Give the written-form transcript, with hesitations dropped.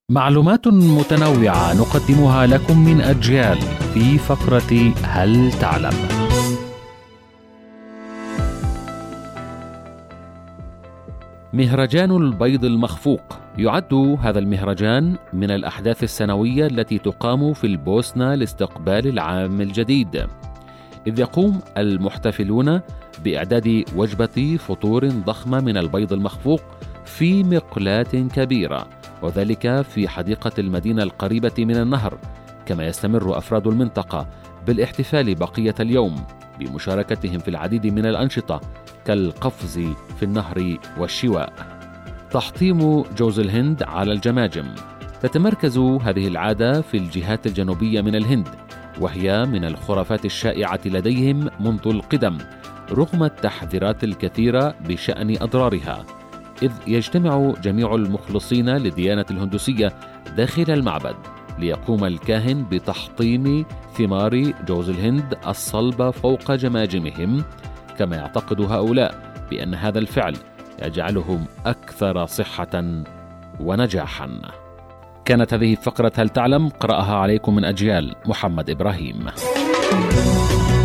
معلومات متنوعة نقدمها لكم من أجيال في فقرة هل تعلم؟ مهرجان البيض المخفوق يعد هذا المهرجان من الأحداث السنوية التي تقام في البوسنة لاستقبال العام الجديد، إذ يقوم المحتفلون بإعداد وجبة فطور ضخمة من البيض المخفوق في مقلاة كبيرة، وذلك في حديقة المدينة القريبة من النهر. كما يستمر أفراد المنطقة بالاحتفال بقية اليوم بمشاركتهم في العديد من الأنشطة كالقفز في النهر والشواء. تحطيم جوز الهند على الجماجم. تتمركز هذه العادة في الجهات الجنوبية من الهند، وهي من الخرافات الشائعة لديهم منذ القدم رغم التحذيرات الكثيرة بشأن أضرارها، إذ يجتمع جميع المخلصين للديانة الهندوسية داخل المعبد ليقوم الكاهن بتحطيم ثمار جوز الهند الصلبة فوق جماجمهم، كما يعتقد هؤلاء بأن هذا الفعل يجعلهم أكثر صحة ونجاحا. كانت هذه فقرة هل تعلم، قرأها عليكم من أجيال محمد إبراهيم.